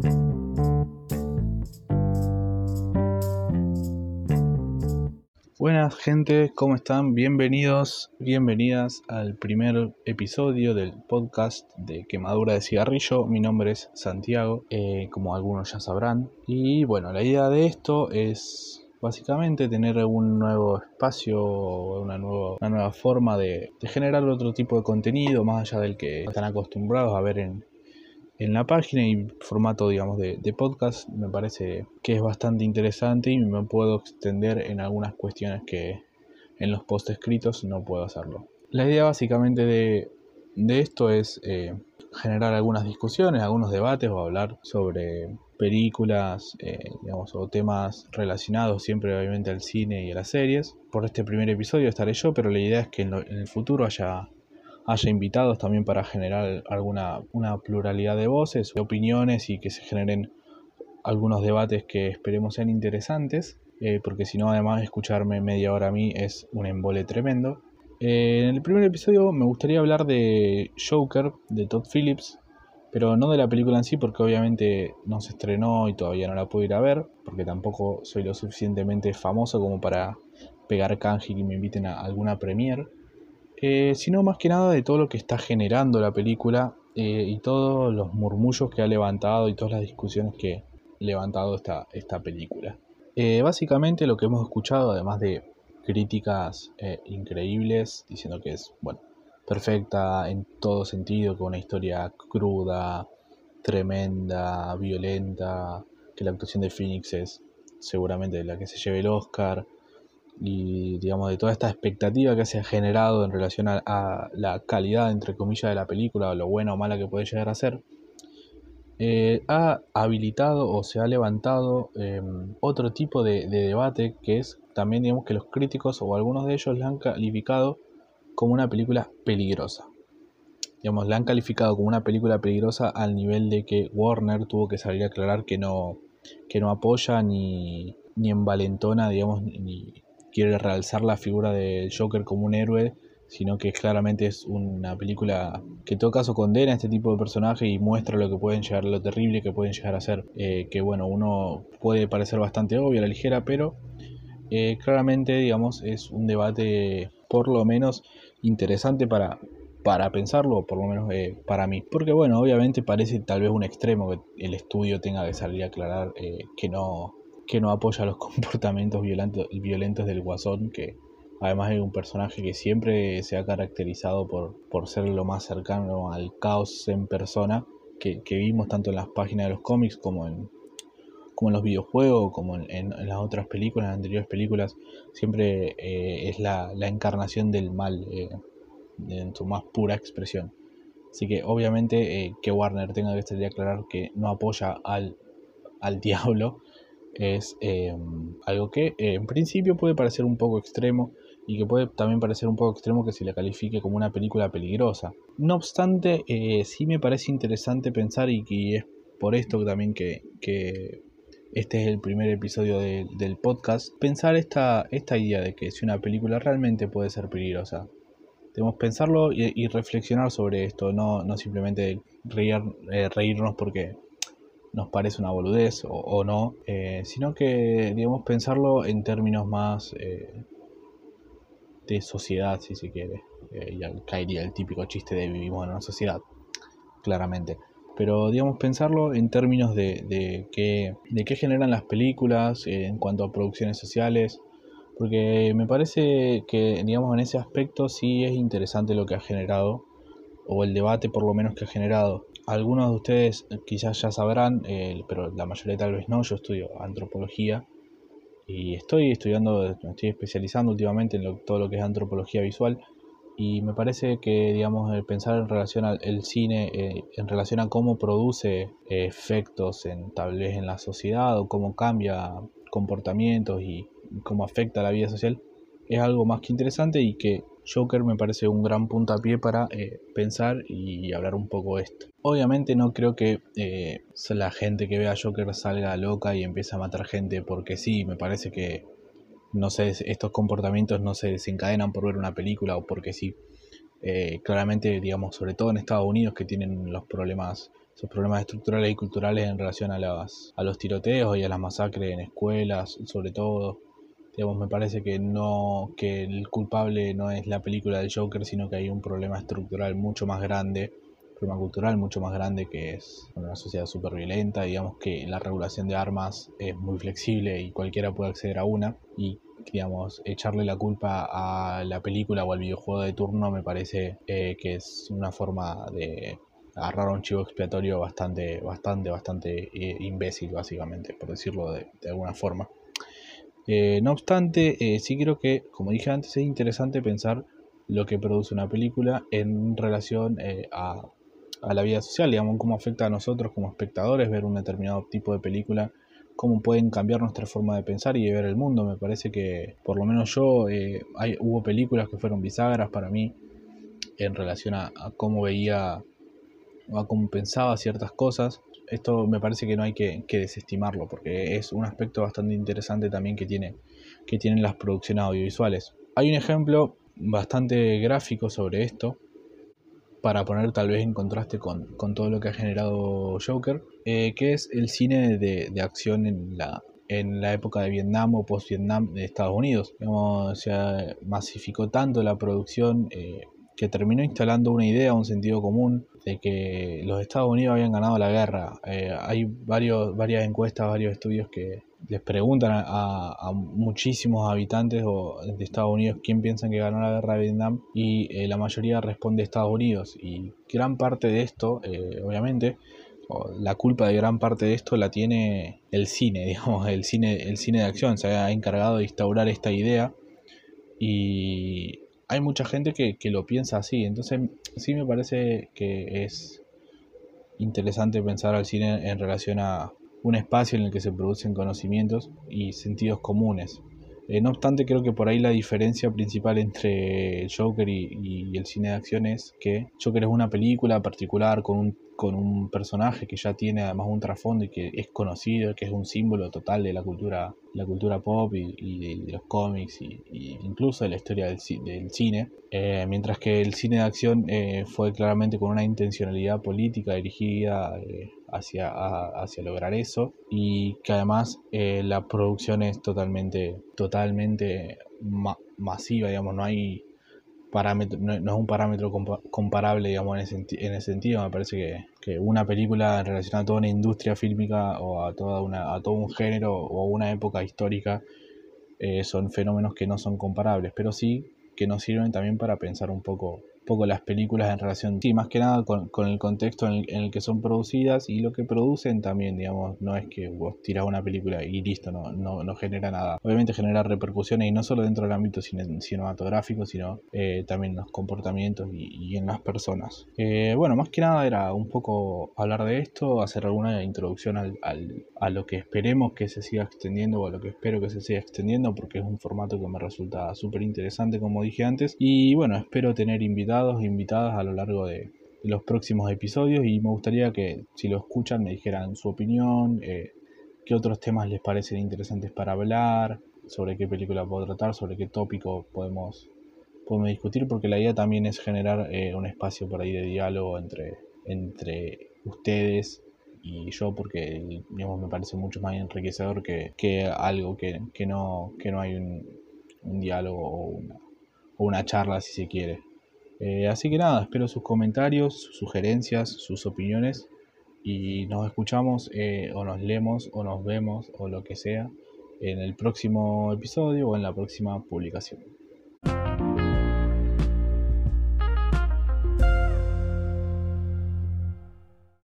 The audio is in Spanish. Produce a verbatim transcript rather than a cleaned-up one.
Buenas gente, ¿cómo están? Bienvenidos, bienvenidas al primer episodio del podcast de Quemadura de Cigarrillo. Mi nombre es Santiago, eh, como algunos ya sabrán. Y bueno, la idea de esto es básicamente tener un nuevo espacio, una, nuevo, una nueva forma de, de generar otro tipo de contenido, más allá del que están acostumbrados a ver en, en la página y formato, digamos, de, de podcast. Me parece que es bastante interesante y me puedo extender en algunas cuestiones que en los posts escritos no puedo hacerlo. La idea básicamente de, de esto es eh, generar algunas discusiones, algunos debates o hablar sobre películas, eh, digamos, o temas relacionados siempre obviamente al cine y a las series. Por este primer episodio estaré yo, pero la idea es que en, lo, en el futuro haya haya invitados también para generar alguna una pluralidad de voces, de opiniones y que se generen algunos debates que esperemos sean interesantes, eh, porque si no, además, escucharme media hora a mí es un embole tremendo. Eh, en el primer episodio me gustaría hablar de Joker, de Todd Phillips, pero no de la película en sí, porque obviamente no se estrenó y todavía no la puedo ir a ver, porque tampoco soy lo suficientemente famoso como para pegar canje y que me inviten a alguna premiere. Eh, sino más que nada de todo lo que está generando la película eh, y todos los murmullos que ha levantado y todas las discusiones que ha levantado esta, esta película. Eh, básicamente lo que hemos escuchado, además de críticas eh, increíbles, diciendo que es, bueno, perfecta en todo sentido, con una historia cruda, tremenda, violenta, que la actuación de Phoenix es seguramente la que se lleve el Oscar, y digamos de toda esta expectativa que se ha generado en relación a, a la calidad entre comillas de la película, o lo buena o mala que puede llegar a ser, eh, ha habilitado o se ha levantado eh, otro tipo de, de debate, que es también, digamos, que los críticos o algunos de ellos la han calificado como una película peligrosa. Digamos, la han calificado como una película peligrosa al nivel de que Warner tuvo que salir a aclarar que no, que no apoya ni, ni envalentona, digamos, ni quiere realzar la figura del Joker como un héroe, sino que claramente es una película que en todo caso condena a este tipo de personajes y muestra lo que pueden llegar, lo terrible que pueden llegar a ser. Eh, que bueno, uno puede parecer bastante obvio a la ligera, pero eh, claramente, digamos, es un debate por lo menos interesante para, para pensarlo, por lo menos eh, para mí. Porque bueno, obviamente parece tal vez un extremo que el estudio tenga que salir a aclarar eh, que no que no apoya los comportamientos violentos, violentos del Guasón, que además es un personaje que siempre se ha caracterizado por, por ser lo más cercano al caos en persona que, que vimos tanto en las páginas de los cómics como en, como en los videojuegos, como en, en, en las otras películas, en las anteriores películas. Siempre eh, es la, la encarnación del mal eh, en su más pura expresión. Así que obviamente eh, que Warner tenga que salir a aclarar que no apoya al, al diablo es eh, algo que eh, en principio puede parecer un poco extremo, y que puede también parecer un poco extremo que se le califique como una película peligrosa. No obstante, eh, sí me parece interesante pensar, y que es por esto que también que, que este es el primer episodio de, del podcast, pensar esta, esta idea de que si una película realmente puede ser peligrosa. Debemos pensarlo y, y reflexionar sobre esto, no, no simplemente reír, eh, reírnos porque nos parece una boludez o, o no, eh, sino que, digamos, pensarlo en términos más eh, de sociedad, si se quiere. Eh, y caería el típico chiste de vivimos en una sociedad, claramente. Pero, digamos, pensarlo en términos de, de, qué, de qué generan las películas eh, en cuanto a producciones sociales, porque me parece que, digamos, en ese aspecto sí es interesante lo que ha generado, o el debate por lo menos que ha generado. Algunos de ustedes quizás ya sabrán, eh, pero la mayoría tal vez no. Yo estudio antropología y estoy estudiando, me estoy especializando últimamente en lo, todo lo que es antropología visual, y me parece que, digamos, el pensar en relación al el cine, eh, en relación a cómo produce eh, efectos en, tal vez en la sociedad, o cómo cambia comportamientos y cómo afecta a la vida social, es algo más que interesante, y que Joker me parece un gran puntapié para eh, pensar y hablar un poco de esto. Obviamente no creo que eh, la gente que vea Joker salga loca y empiece a matar gente porque sí. Me parece que no sé, estos comportamientos no se desencadenan por ver una película o porque sí. Eh, claramente, digamos, sobre todo en Estados Unidos, que tienen los problemas esos problemas estructurales y culturales en relación a, las, a los tiroteos y a las masacres en escuelas, sobre todo. Digamos, me parece que no, que el culpable no es la película del Joker, sino que hay un problema estructural mucho más grande, un problema cultural mucho más grande, que es una sociedad súper violenta. Digamos que la regulación de armas es muy flexible y cualquiera puede acceder a una, y digamos, echarle la culpa a la película o al videojuego de turno me parece eh, que es una forma de agarrar un chivo expiatorio bastante, bastante, bastante eh, imbécil, básicamente, por decirlo de, de alguna forma. Eh, no obstante, eh, sí creo que, como dije antes, es interesante pensar lo que produce una película en relación eh, a, a la vida social, digamos, cómo afecta a nosotros como espectadores ver un determinado tipo de película, cómo pueden cambiar nuestra forma de pensar y de ver el mundo. Me parece que, por lo menos yo, eh, hay, hubo películas que fueron bisagras para mí en relación a, a cómo veía o a cómo pensaba ciertas cosas. Esto me parece que no hay que, que desestimarlo, porque es un aspecto bastante interesante también que, tiene, que tienen las producciones audiovisuales. Hay un ejemplo bastante gráfico sobre esto, para poner tal vez en contraste con, con todo lo que ha generado Joker, eh, que es el cine de, de acción en la, en la época de Vietnam o post-Vietnam de Estados Unidos. Digamos, se masificó tanto la producción eh, que terminó instalando una idea, un sentido común de que los Estados Unidos habían ganado la guerra. Eh, hay varios, varias encuestas, varios estudios que les preguntan a, a, a muchísimos habitantes o de Estados Unidos quién piensan que ganó la guerra de Vietnam, y eh, la mayoría responde Estados Unidos, y gran parte de esto, eh, obviamente, la culpa de gran parte de esto la tiene el cine, digamos, el cine, el cine de acción. Se ha encargado de instaurar esta idea y hay mucha gente que, que lo piensa así. Entonces sí me parece que es interesante pensar al cine en relación a un espacio en el que se producen conocimientos y sentidos comunes. Eh, no obstante, creo que por ahí la diferencia principal entre Joker y, y el cine de acción es que Joker es una película particular con un, con un personaje que ya tiene además un trasfondo y que es conocido, que es un símbolo total de la cultura, la cultura pop y, y de, de los cómics y, y incluso de la historia del, del cine. Eh, mientras que el cine de acción eh, fue claramente con una intencionalidad política dirigida eh, hacia, a, hacia lograr eso, y que además eh, la producción es totalmente, totalmente ma masiva, digamos, no hay parámetro, no, no es un parámetro compa comparable, digamos, en ese, en ese sentido. Me parece que, que una película relacionada a toda una industria fílmica o a, toda una, a todo un género o una época histórica eh, son fenómenos que no son comparables, pero sí que nos sirven también para pensar un poco, poco las películas en relación, sí, más que nada con, con el contexto en el, en el que son producidas y lo que producen también, digamos. No es que vos tirás una película y listo, no, no, no genera nada. Obviamente genera repercusiones, y no solo dentro del ámbito cine, cinematográfico, sino eh, también en los comportamientos y, y en las personas. Eh, bueno, más que nada era un poco hablar de esto, hacer alguna introducción al, al, a lo que esperemos que se siga extendiendo, o a lo que espero que se siga extendiendo, porque es un formato que me resulta súper interesante, como dije antes. Y bueno, espero tener invitados e invitadas a lo largo de, de los próximos episodios, y me gustaría que, si lo escuchan, me dijeran su opinión, eh, qué otros temas les parecen interesantes para hablar, sobre qué película puedo tratar, sobre qué tópico podemos, podemos discutir, porque la idea también es generar eh, un espacio por ahí de diálogo entre, entre ustedes y yo, porque digamos, me parece mucho más enriquecedor que, que algo que, que, no, que no hay un, un diálogo o una, o una charla, si se quiere. Eh, así que nada, espero sus comentarios, sus sugerencias, sus opiniones, y nos escuchamos eh, o nos leemos o nos vemos o lo que sea en el próximo episodio o en la próxima publicación.